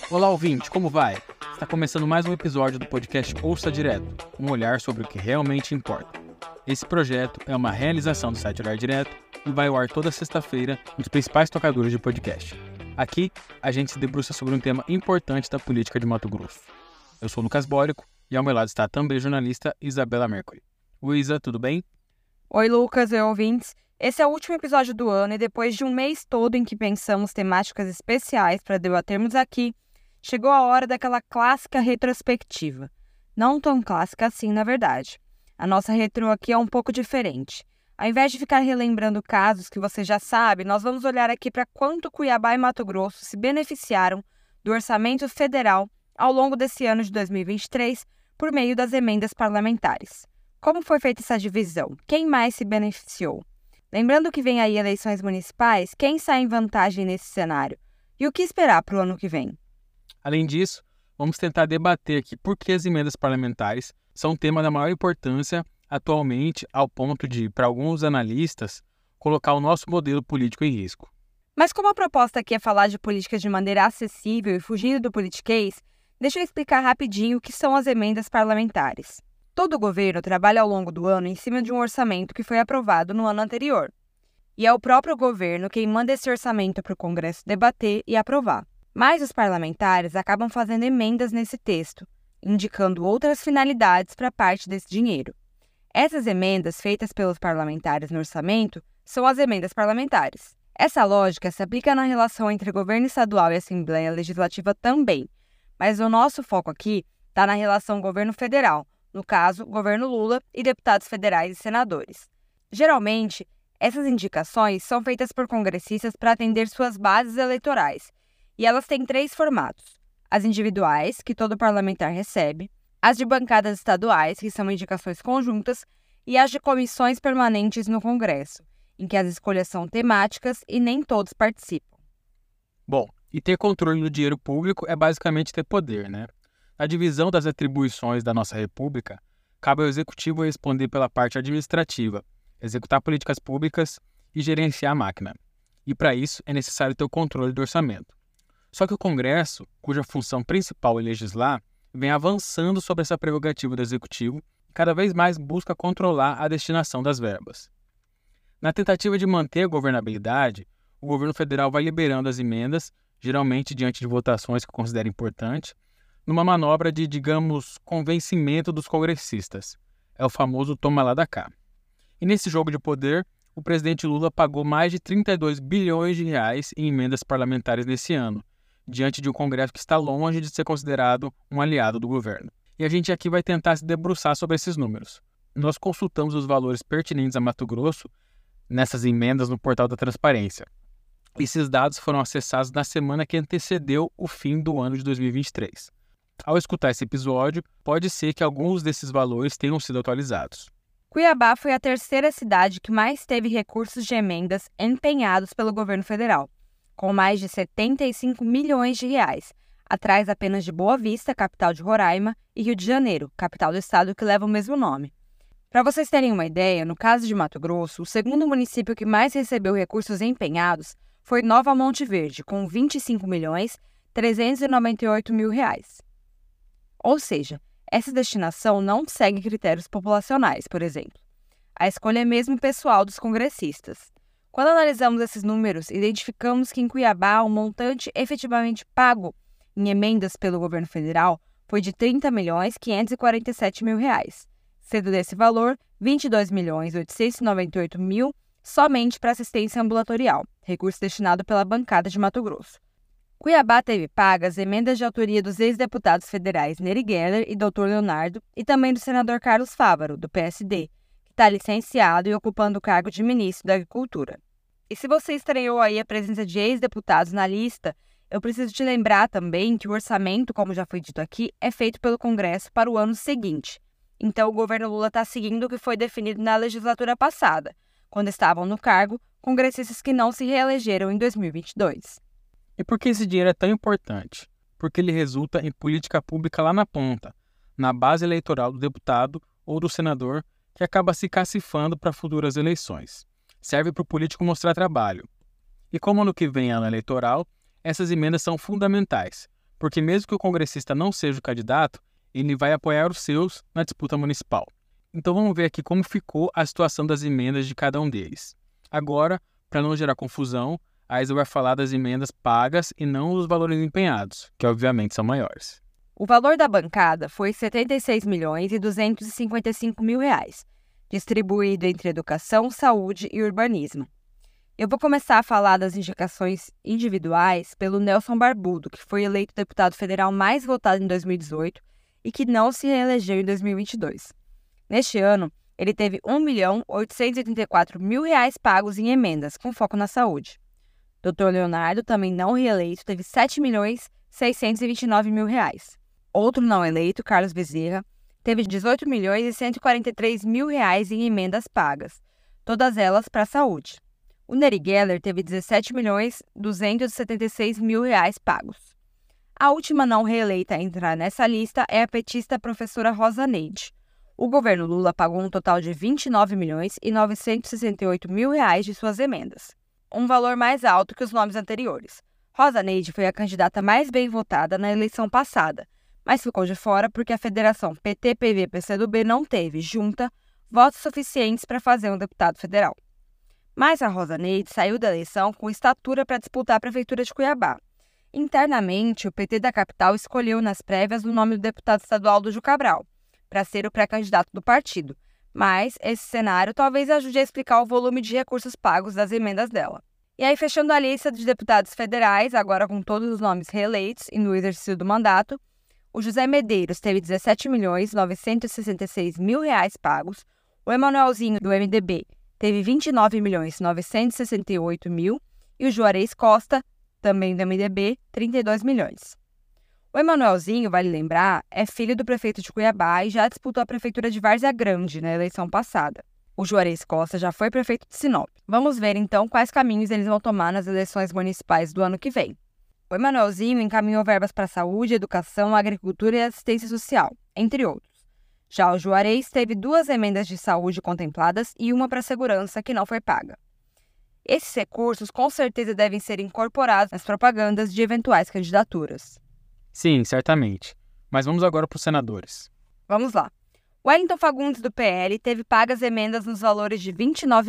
Olá, ouvinte, como vai? Está começando mais um episódio do podcast Ouça Direto, um olhar sobre o que realmente importa. Esse projeto é uma realização do site Olhar Direto e vai ao ar toda sexta-feira nos principais tocadores de podcast. Aqui, a gente se debruça sobre um tema importante da política de Mato Grosso. Eu sou Lucas Bórico e ao meu lado está a também jornalista Isabela Mercury. Oi, Isa, tudo bem? Oi, Lucas e ouvintes. Esse é o último episódio do ano e depois de um mês todo em que pensamos temáticas especiais para debatermos aqui, chegou a hora daquela clássica retrospectiva. Não tão clássica assim, na verdade. A nossa retro aqui é um pouco diferente. Ao invés de ficar relembrando casos que você já sabe, nós vamos olhar aqui para quanto Cuiabá e Mato Grosso se beneficiaram do orçamento federal ao longo desse ano de 2023 por meio das emendas parlamentares. Como foi feita essa divisão? Quem mais se beneficiou? Lembrando que vem aí eleições municipais, quem sai em vantagem nesse cenário? E o que esperar para o ano que vem? Além disso, vamos tentar debater aqui por que as emendas parlamentares são um tema da maior importância atualmente, ao ponto de, para alguns analistas, colocar o nosso modelo político em risco. Mas como a proposta aqui é falar de políticas de maneira acessível e fugindo do politiquês, deixa eu explicar rapidinho o que são as emendas parlamentares. Todo governo trabalha ao longo do ano em cima de um orçamento que foi aprovado no ano anterior. E é o próprio governo quem manda esse orçamento para o Congresso debater e aprovar. Mas os parlamentares acabam fazendo emendas nesse texto, indicando outras finalidades para parte desse dinheiro. Essas emendas feitas pelos parlamentares no orçamento são as emendas parlamentares. Essa lógica se aplica na relação entre governo estadual e Assembleia Legislativa também, mas o nosso foco aqui está na relação governo federal, no caso, governo Lula e deputados federais e senadores. Geralmente, essas indicações são feitas por congressistas para atender suas bases eleitorais, e elas têm 3 formatos: as individuais, que todo parlamentar recebe, as de bancadas estaduais, que são indicações conjuntas, e as de comissões permanentes no Congresso, em que as escolhas são temáticas e nem todos participam. Bom, e ter controle do dinheiro público é basicamente ter poder, né? Na divisão das atribuições da nossa República, cabe ao Executivo responder pela parte administrativa, executar políticas públicas e gerenciar a máquina. E para isso é necessário ter o controle do orçamento. Só que o Congresso, cuja função principal é legislar, vem avançando sobre essa prerrogativa do Executivo e cada vez mais busca controlar a destinação das verbas. Na tentativa de manter a governabilidade, o governo federal vai liberando as emendas, geralmente diante de votações que considera importante, numa manobra de, digamos, convencimento dos congressistas. É o famoso toma lá da cá. E nesse jogo de poder, o presidente Lula pagou mais de 32 bilhões de reais em emendas parlamentares nesse ano, diante de um Congresso que está longe de ser considerado um aliado do governo. E a gente aqui vai tentar se debruçar sobre esses números. Nós consultamos os valores pertinentes a Mato Grosso nessas emendas no portal da Transparência. Esses dados foram acessados na semana que antecedeu o fim do ano de 2023. Ao escutar esse episódio, pode ser que alguns desses valores tenham sido atualizados. Cuiabá foi a terceira cidade que mais teve recursos de emendas empenhados pelo governo federal, com mais de 75 milhões de reais, atrás apenas de Boa Vista, capital de Roraima, e Rio de Janeiro, capital do estado que leva o mesmo nome. Para vocês terem uma ideia, no caso de Mato Grosso, o segundo município que mais recebeu recursos empenhados foi Nova Monte Verde, com 25 milhões 398 mil reais. Ou seja, essa destinação não segue critérios populacionais, por exemplo. A escolha é mesmo pessoal dos congressistas. Quando analisamos esses números, identificamos que em Cuiabá o montante efetivamente pago em emendas pelo governo federal foi de 30 milhões 547 mil reais, sendo desse valor 22 milhões 898 mil somente para assistência ambulatorial, recurso destinado pela bancada de Mato Grosso. Cuiabá teve pagas emendas de autoria dos ex-deputados federais Neri Geller e Dr. Leonardo e também do senador Carlos Fávaro, do PSD, que está licenciado e ocupando o cargo de ministro da Agricultura. E se você estranhou aí a presença de ex-deputados na lista, eu preciso te lembrar também que o orçamento, como já foi dito aqui, é feito pelo Congresso para o ano seguinte. Então o governo Lula está seguindo o que foi definido na legislatura passada, quando estavam no cargo congressistas que não se reelegeram em 2022. E por que esse dinheiro é tão importante? Porque ele resulta em política pública lá na ponta, na base eleitoral do deputado ou do senador que acaba se cacifando para futuras eleições. Serve para o político mostrar trabalho. E como ano que vem é ano eleitoral, essas emendas são fundamentais, porque mesmo que o congressista não seja o candidato, ele vai apoiar os seus na disputa municipal. Então vamos ver aqui como ficou a situação das emendas de cada um deles. Agora, para não gerar confusão, a Isa vai falar das emendas pagas e não dos valores empenhados, que obviamente são maiores. O valor da bancada foi R$ 76.255.000, distribuído entre educação, saúde e urbanismo. Eu vou começar a falar das indicações individuais pelo Nelson Barbudo, que foi eleito deputado federal mais votado em 2018 e que não se reelegeu em 2022. Neste ano, ele teve R$ 1.884.000 pagos em emendas, com foco na saúde. Dr. Leonardo, também não reeleito, teve R$ 7.629.000. Outro não eleito, Carlos Bezerra, teve R$ 18.143.000 em emendas pagas, todas elas para a saúde. O Neri Geller teve R$ 17.276.000 pagos. A última não reeleita a entrar nessa lista é a petista professora Rosa Neide. O governo Lula pagou um total de R$ 29.968.000 de suas emendas, um valor mais alto que os nomes anteriores. Rosa Neide foi a candidata mais bem votada na eleição passada, mas ficou de fora porque a federação PT-PV-PCdoB não teve, junta, votos suficientes para fazer um deputado federal. Mas a Rosa Neide saiu da eleição com estatura para disputar a prefeitura de Cuiabá. Internamente, o PT da capital escolheu nas prévias o nome do deputado estadual Dúgio Cabral, para ser o pré-candidato do partido, mas esse cenário talvez ajude a explicar o volume de recursos pagos das emendas dela. E aí, fechando a lista de deputados federais, agora com todos os nomes reeleitos e no exercício do mandato, o José Medeiros teve R$ 17.966.000 pagos, o Emanuelzinho, do MDB, teve R$ 29.968.000 e o Juarez Costa, também do MDB, R$ 32 milhões. O Emanuelzinho, vale lembrar, é filho do prefeito de Cuiabá e já disputou a prefeitura de Várzea Grande na eleição passada. O Juarez Costa já foi prefeito de Sinop. Vamos ver, então, quais caminhos eles vão tomar nas eleições municipais do ano que vem. O Emanuelzinho encaminhou verbas para saúde, educação, agricultura e assistência social, entre outros. Já o Juarez teve 2 emendas de saúde contempladas e uma para segurança que não foi paga. Esses recursos com certeza devem ser incorporados nas propagandas de eventuais candidaturas. Sim, certamente. Mas vamos agora para os senadores. Vamos lá. Wellington Fagundes, do PL, teve pagas emendas nos valores de R$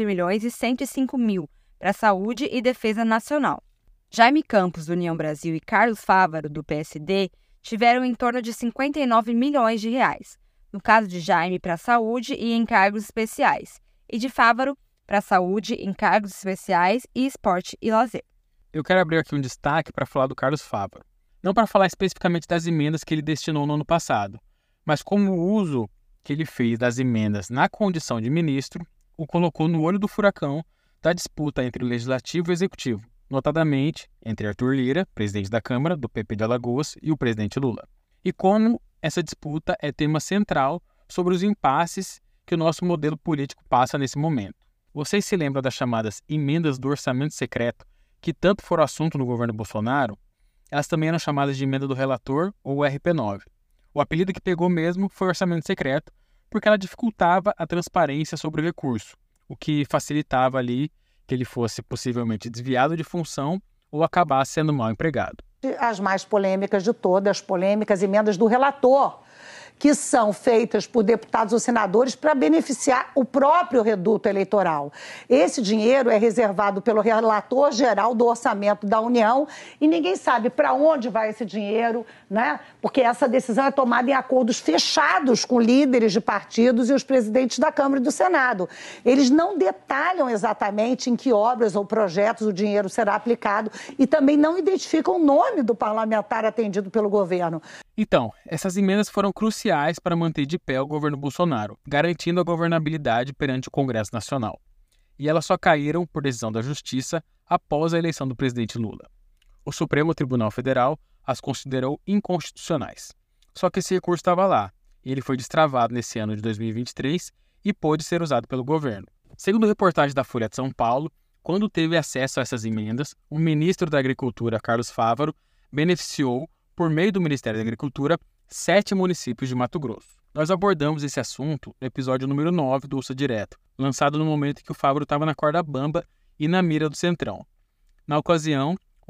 29.105.000 para saúde e defesa nacional. Jaime Campos, do União Brasil, e Carlos Fávaro, do PSD, tiveram em torno de R$ 59 milhões. No caso de Jaime, para saúde e encargos especiais, e de Fávaro, para saúde, encargos especiais e esporte e lazer. Eu quero abrir aqui um destaque para falar do Carlos Fávaro. Não para falar especificamente das emendas que ele destinou no ano passado, mas como o uso que ele fez das emendas na condição de ministro o colocou no olho do furacão da disputa entre o Legislativo e o Executivo, notadamente entre Arthur Lira, presidente da Câmara, do PP de Alagoas, e o presidente Lula. E como essa disputa é tema central sobre os impasses que o nosso modelo político passa nesse momento. Vocês se lembram das chamadas emendas do orçamento secreto, que tanto foram assunto no governo Bolsonaro? Elas também eram chamadas de emenda do relator ou RP9. O apelido que pegou mesmo foi orçamento secreto, porque ela dificultava a transparência sobre o recurso, o que facilitava ali que ele fosse possivelmente desviado de função ou acabasse sendo mal empregado. As mais polêmicas de todas, as polêmicas emendas do relator, que são feitas por deputados ou senadores para beneficiar o próprio reduto eleitoral. Esse dinheiro é reservado pelo relator geral do orçamento da União e ninguém sabe para onde vai esse dinheiro, né? Porque essa decisão é tomada em acordos fechados com líderes de partidos e os presidentes da Câmara e do Senado. Eles não detalham exatamente em que obras ou projetos o dinheiro será aplicado e também não identificam o nome do parlamentar atendido pelo governo. Então, essas emendas foram cruciais para manter de pé o governo Bolsonaro, garantindo a governabilidade perante o Congresso Nacional. E elas só caíram por decisão da Justiça após a eleição do presidente Lula. O Supremo Tribunal Federal as considerou inconstitucionais. Só que esse recurso estava lá, e ele foi destravado nesse ano de 2023 e pôde ser usado pelo governo. Segundo reportagem da Folha de São Paulo, quando teve acesso a essas emendas, o ministro da Agricultura, Carlos Fávaro, beneficiou, por meio do Ministério da Agricultura, 7 municípios de Mato Grosso. Nós abordamos esse assunto no episódio número 9 do Ouça Direto, lançado no momento em que o Fávaro estava na corda bamba e na mira do Centrão. Na ocasião, o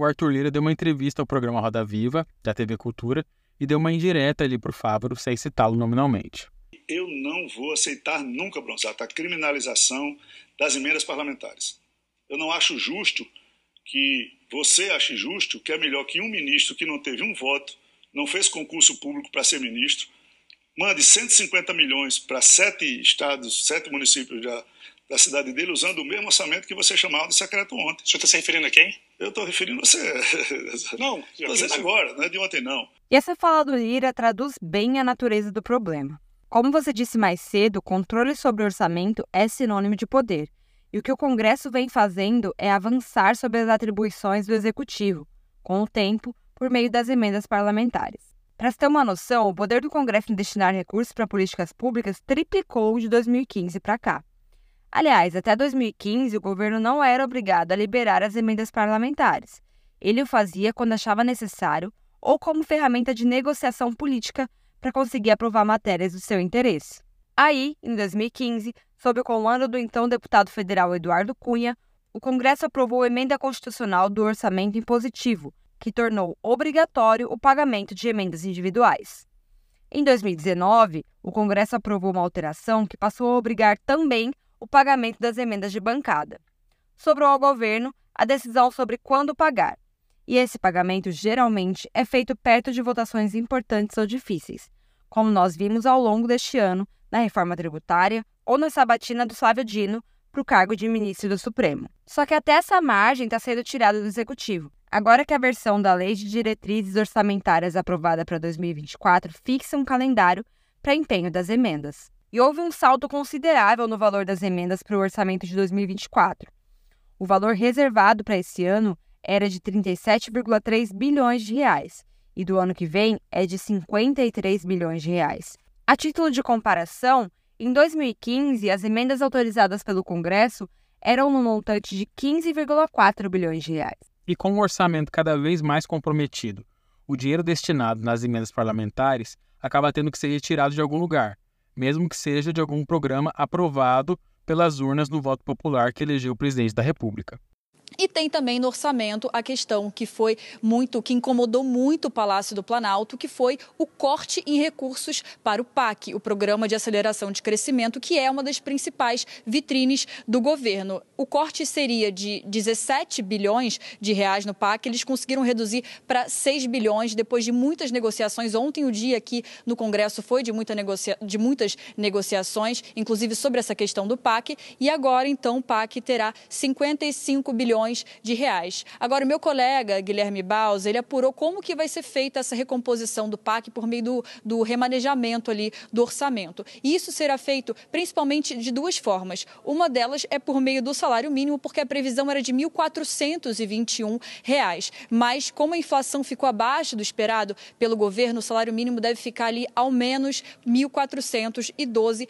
o Arthur Lira deu uma entrevista ao programa Roda Viva, da TV Cultura, e deu uma indireta ali para o Fávaro, sem citá-lo nominalmente. Eu não vou aceitar nunca, Bronzato, a criminalização das emendas parlamentares. Eu não acho justo que você ache justo que é melhor que um ministro que não teve um voto, não fez concurso público para ser ministro, mande 150 milhões para 7 estados, 7 municípios da cidade dele, usando o mesmo orçamento que você chamava de secreto ontem. O senhor está se referindo a quem? Eu estou referindo a você. Não. Estou dizendo agora, não é de ontem não. E essa fala do Lira traduz bem a natureza do problema. Como você disse mais cedo, o controle sobre o orçamento é sinônimo de poder. E o que o Congresso vem fazendo é avançar sobre as atribuições do Executivo, com o tempo, por meio das emendas parlamentares. Para se ter uma noção, o poder do Congresso em destinar recursos para políticas públicas triplicou de 2015 para cá. Aliás, até 2015, o governo não era obrigado a liberar as emendas parlamentares. Ele o fazia quando achava necessário ou como ferramenta de negociação política para conseguir aprovar matérias do seu interesse. Aí, em 2015, sob o comando do então deputado federal Eduardo Cunha, o Congresso aprovou a emenda constitucional do orçamento impositivo, que tornou obrigatório o pagamento de emendas individuais. Em 2019, o Congresso aprovou uma alteração que passou a obrigar também o pagamento das emendas de bancada. Sobrou ao governo a decisão sobre quando pagar, e esse pagamento geralmente é feito perto de votações importantes ou difíceis, como nós vimos ao longo deste ano na reforma tributária ou na sabatina do Flávio Dino para o cargo de ministro do Supremo. Só que até essa margem está sendo tirada do Executivo, agora que a versão da Lei de Diretrizes Orçamentárias aprovada para 2024 fixa um calendário para empenho das emendas. E houve um salto considerável no valor das emendas para o orçamento de 2024. O valor reservado para esse ano era de 37,3 bilhões de reais e do ano que vem é de 53 bilhões de reais. A título de comparação, em 2015, as emendas autorizadas pelo Congresso eram no montante de 15,4 bilhões de reais. E com o orçamento cada vez mais comprometido, o dinheiro destinado nas emendas parlamentares acaba tendo que ser retirado de algum lugar, mesmo que seja de algum programa aprovado pelas urnas no voto popular que elegeu o presidente da República. E tem também no orçamento a questão que incomodou muito o Palácio do Planalto, que foi o corte em recursos para o PAC, o Programa de Aceleração de Crescimento, que é uma das principais vitrines do governo. O corte seria de 17 bilhões de reais no PAC, eles conseguiram reduzir para 6 bilhões depois de muitas negociações. Ontem o dia aqui no Congresso foi de muitas negociações, inclusive sobre essa questão do PAC, e agora então o PAC terá 55 bilhões de reais. Agora, o meu colega Guilherme Baus, ele apurou como que vai ser feita essa recomposição do PAC por meio do remanejamento ali do orçamento. E isso será feito principalmente de duas formas. Uma delas é por meio do salário mínimo, porque a previsão era de R$ 1.421, mas como a inflação ficou abaixo do esperado pelo governo, o salário mínimo deve ficar ali ao menos R$ 1.412.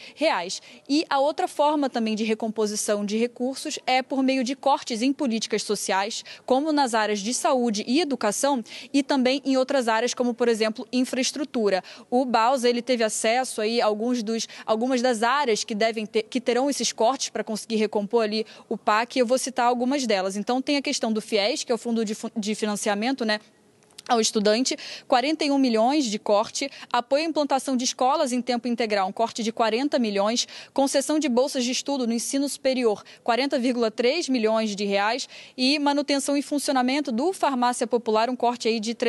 E a outra forma também de recomposição de recursos é por meio de cortes em políticas sociais, como nas áreas de saúde e educação, e também em outras áreas, como, por exemplo, infraestrutura. O Baus, ele teve acesso aí a algumas das áreas que terão esses cortes para conseguir recompor ali o PAC, eu vou citar algumas delas. Então, tem a questão do FIES, que é o Fundo de Financiamento, ao estudante, 41 milhões de corte, apoio à implantação de escolas em tempo integral, um corte de 40 milhões, concessão de bolsas de estudo no ensino superior, 40,3 milhões de reais e manutenção e funcionamento do Farmácia Popular, um corte aí de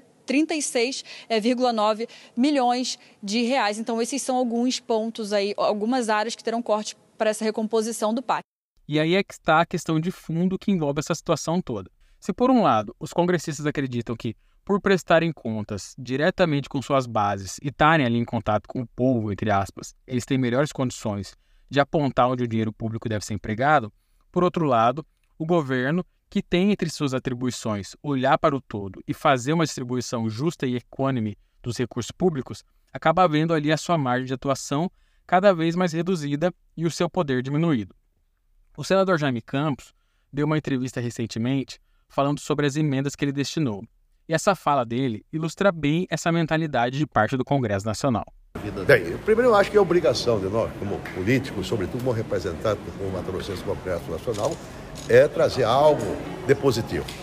336,9 milhões de reais. Então, esses são alguns pontos aí, algumas áreas que terão corte para essa recomposição do PAC. E aí é que está a questão de fundo que envolve essa situação toda. Se, por um lado, os congressistas acreditam que, por prestarem contas diretamente com suas bases e estarem ali em contato com o povo, entre aspas, eles têm melhores condições de apontar onde o dinheiro público deve ser empregado, por outro lado, o governo, que tem entre suas atribuições olhar para o todo e fazer uma distribuição justa e equânime dos recursos públicos, acaba vendo ali a sua margem de atuação cada vez mais reduzida e o seu poder diminuído. O senador Jaime Campos deu uma entrevista recentemente falando sobre as emendas que ele destinou. E essa fala dele ilustra bem essa mentalidade de parte do Congresso Nacional. Bem, primeiro eu acho que é obrigação de nós, como políticos, sobretudo como representantes do Mato Grossense do Congresso Nacional, é trazer algo de positivo.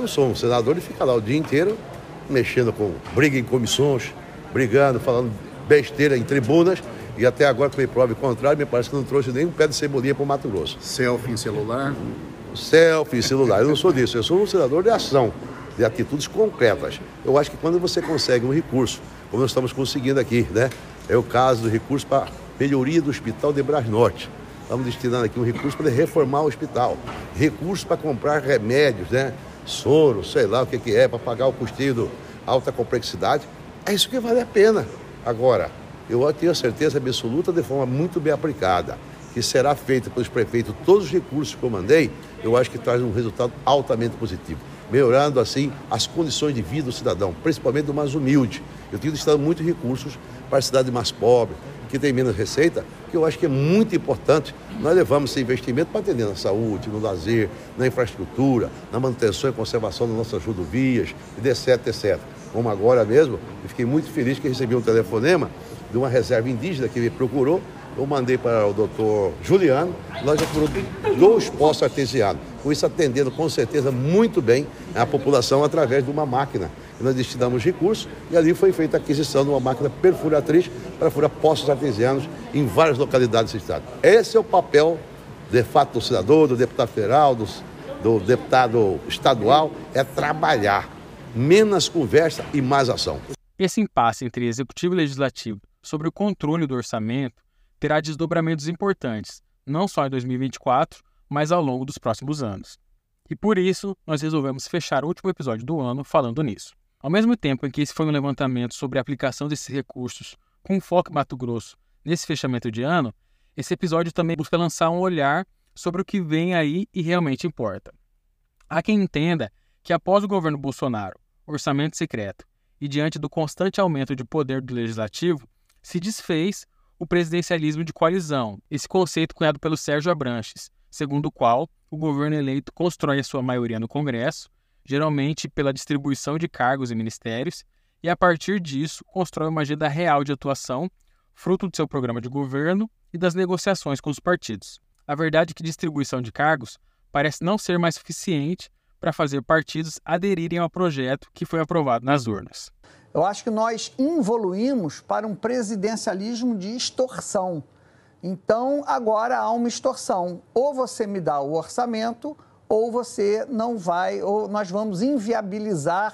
não sou um senador e fica lá o dia inteiro mexendo com briga em comissões, brigando, falando besteira em tribunas, e até agora, que me prove o contrário, me parece que não trouxe nem um pé de cebolinha para o Mato Grosso. Selfie em celular? Selfie em celular. Eu não sou disso, eu sou um senador de ação, de atitudes concretas. Eu acho que quando você consegue um recurso, como nós estamos conseguindo aqui, né? É o caso do recurso para melhoria do Hospital de Braz Norte. Estamos destinando aqui um recurso para reformar o hospital, recurso para comprar remédios, né? Soro, sei lá o que é, para pagar o custeio de alta complexidade. É isso que vale a pena. Agora, eu tenho a certeza absoluta, de forma muito bem aplicada, que será feita pelos prefeitos todos os recursos que eu mandei, eu acho que traz um resultado altamente positivo, melhorando assim as condições de vida do cidadão, principalmente do mais humilde. Eu tenho destinado muitos recursos para a cidade mais pobre, que tem menos receita, que eu acho que é muito importante. Nós levamos esse investimento para atender na saúde, no lazer, na infraestrutura, na manutenção e conservação das nossas rodovias, etc, etc. Como agora mesmo, eu fiquei muito feliz que recebi um telefonema de uma reserva indígena que me procurou. Eu mandei para o doutor Juliano, nós já procuramos 2 poços artesianos, com isso atendendo com certeza muito bem a população através de uma máquina. Nós destinamos recursos e ali foi feita a aquisição de uma máquina perfuratriz para furar poços artesianos em várias localidades do estado. Esse é o papel, de fato, do senador, do deputado federal, do deputado estadual, é trabalhar. Menos conversa e mais ação. Esse impasse entre executivo e legislativo sobre o controle do orçamento terá desdobramentos importantes, não só em 2024, mas ao longo dos próximos anos. E por isso, nós resolvemos fechar o último episódio do ano falando nisso. Ao mesmo tempo em que esse foi um levantamento sobre a aplicação desses recursos com foco em Mato Grosso nesse fechamento de ano, esse episódio também busca lançar um olhar sobre o que vem aí e realmente importa. Há quem entenda que após o governo Bolsonaro, orçamento secreto e diante do constante aumento de poder do legislativo, se desfez o presidencialismo de coalizão, esse conceito cunhado pelo Sérgio Abranches, segundo o qual o governo eleito constrói a sua maioria no Congresso, geralmente pela distribuição de cargos e ministérios, e a partir disso constrói uma agenda real de atuação, fruto do seu programa de governo e das negociações com os partidos. A verdade é que distribuição de cargos parece não ser mais suficiente para fazer partidos aderirem ao projeto que foi aprovado nas urnas. Eu acho que nós evoluímos para um presidencialismo de extorsão. Então, agora há uma extorsão. Ou você me dá o orçamento, ou você não vai, ou nós vamos inviabilizar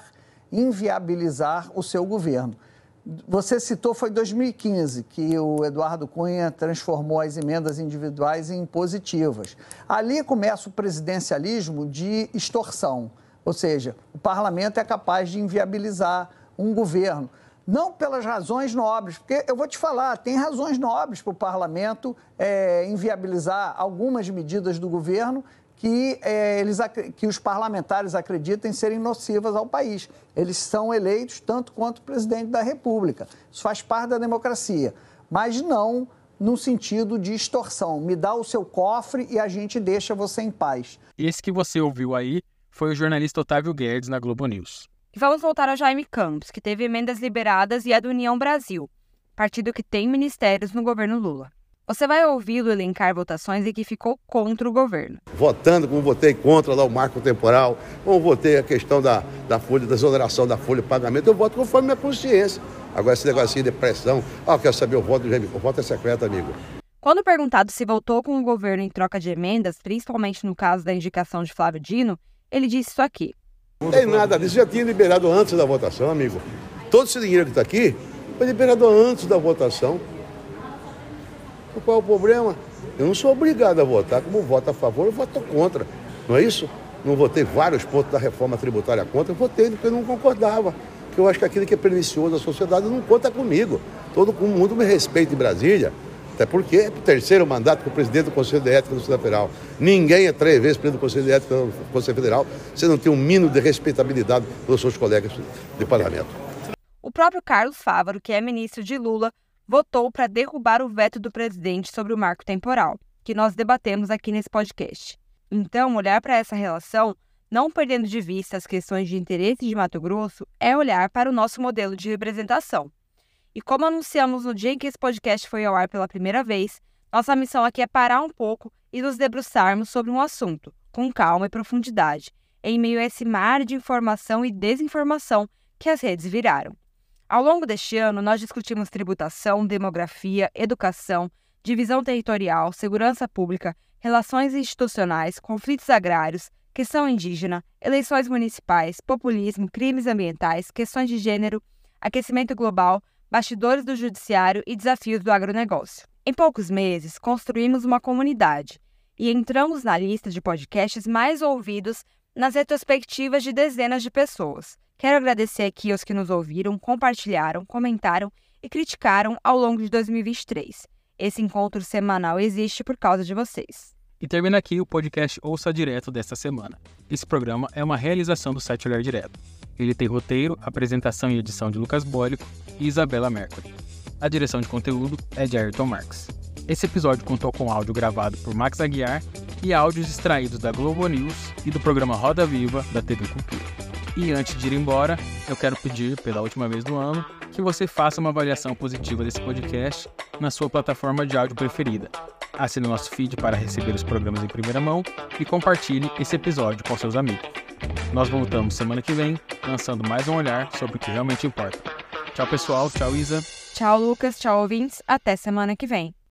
o seu governo. Você citou, foi 2015, que o Eduardo Cunha transformou as emendas individuais em positivas. Ali começa o presidencialismo de extorsão, ou seja, o parlamento é capaz de inviabilizar um governo. Não pelas razões nobres, porque eu vou te falar, tem razões nobres para o parlamento inviabilizar algumas medidas do governo que os parlamentares acreditem serem nocivas ao país. Eles são eleitos tanto quanto o presidente da República. Isso faz parte da democracia, mas não no sentido de extorsão. Me dá o seu cofre e a gente deixa você em paz. Esse que você ouviu aí foi o jornalista Otávio Guedes na Globo News. E vamos voltar ao Jaime Campos, que teve emendas liberadas e é do União Brasil, partido que tem ministérios no governo Lula. Você vai ouvi-lo elencar votações em que ficou contra o governo. Votando como votei contra lá o marco temporal, como votei a questão da folha, da exoneração da folha de pagamento, eu voto conforme minha consciência. Agora esse negocinho de pressão, eu quero saber o voto do Jaime, o voto é secreto, amigo. Quando perguntado se votou com o governo em troca de emendas, principalmente no caso da indicação de Flávio Dino, ele disse isso aqui. Não tem nada disso, já tinha liberado antes da votação, amigo. Todo esse dinheiro que está aqui foi liberado antes da votação. Qual é o problema? Eu não sou obrigado a votar, como voto a favor, eu voto contra. Não é isso? Não votei vários pontos da reforma tributária contra, eu votei porque eu não concordava. Porque eu acho que aquilo que é pernicioso da sociedade não conta comigo. Todo mundo me respeita em Brasília, até porque é o 3º mandato que o presidente do Conselho de Ética do Conselho Federal. Ninguém é 3 vezes presidente do Conselho de Ética do Conselho Federal, você não tem um mínimo de respeitabilidade pelos seus colegas de parlamento. O próprio Carlos Fávaro, que é ministro de Lula, votou para derrubar o veto do presidente sobre o marco temporal, que nós debatemos aqui nesse podcast. Então, olhar para essa relação, não perdendo de vista as questões de interesse de Mato Grosso, é olhar para o nosso modelo de representação. E como anunciamos no dia em que esse podcast foi ao ar pela primeira vez, nossa missão aqui é parar um pouco e nos debruçarmos sobre um assunto, com calma e profundidade, em meio a esse mar de informação e desinformação que as redes viraram. Ao longo deste ano, nós discutimos tributação, demografia, educação, divisão territorial, segurança pública, relações institucionais, conflitos agrários, questão indígena, eleições municipais, populismo, crimes ambientais, questões de gênero, aquecimento global, bastidores do judiciário e desafios do agronegócio. Em poucos meses, construímos uma comunidade e entramos na lista de podcasts mais ouvidos nas retrospectivas de dezenas de pessoas. Quero agradecer aqui aos que nos ouviram, compartilharam, comentaram e criticaram ao longo de 2023. Esse encontro semanal existe por causa de vocês. E termina aqui o podcast Ouça Direto desta semana. Esse programa é uma realização do site Olhar Direto. Ele tem roteiro, apresentação e edição de Lucas Bólico e Isabela Mercury. A direção de conteúdo é de Ayrton Marques. Esse episódio contou com áudio gravado por Max Aguiar e áudios extraídos da Globo News e do programa Roda Viva da TV Cultura. E antes de ir embora, eu quero pedir, pela última vez do ano, que você faça uma avaliação positiva desse podcast na sua plataforma de áudio preferida. Assine o nosso feed para receber os programas em primeira mão e compartilhe esse episódio com seus amigos. Nós voltamos semana que vem, lançando mais um olhar sobre o que realmente importa. Tchau, pessoal. Tchau, Isa. Tchau, Lucas. Tchau, ouvintes. Até semana que vem.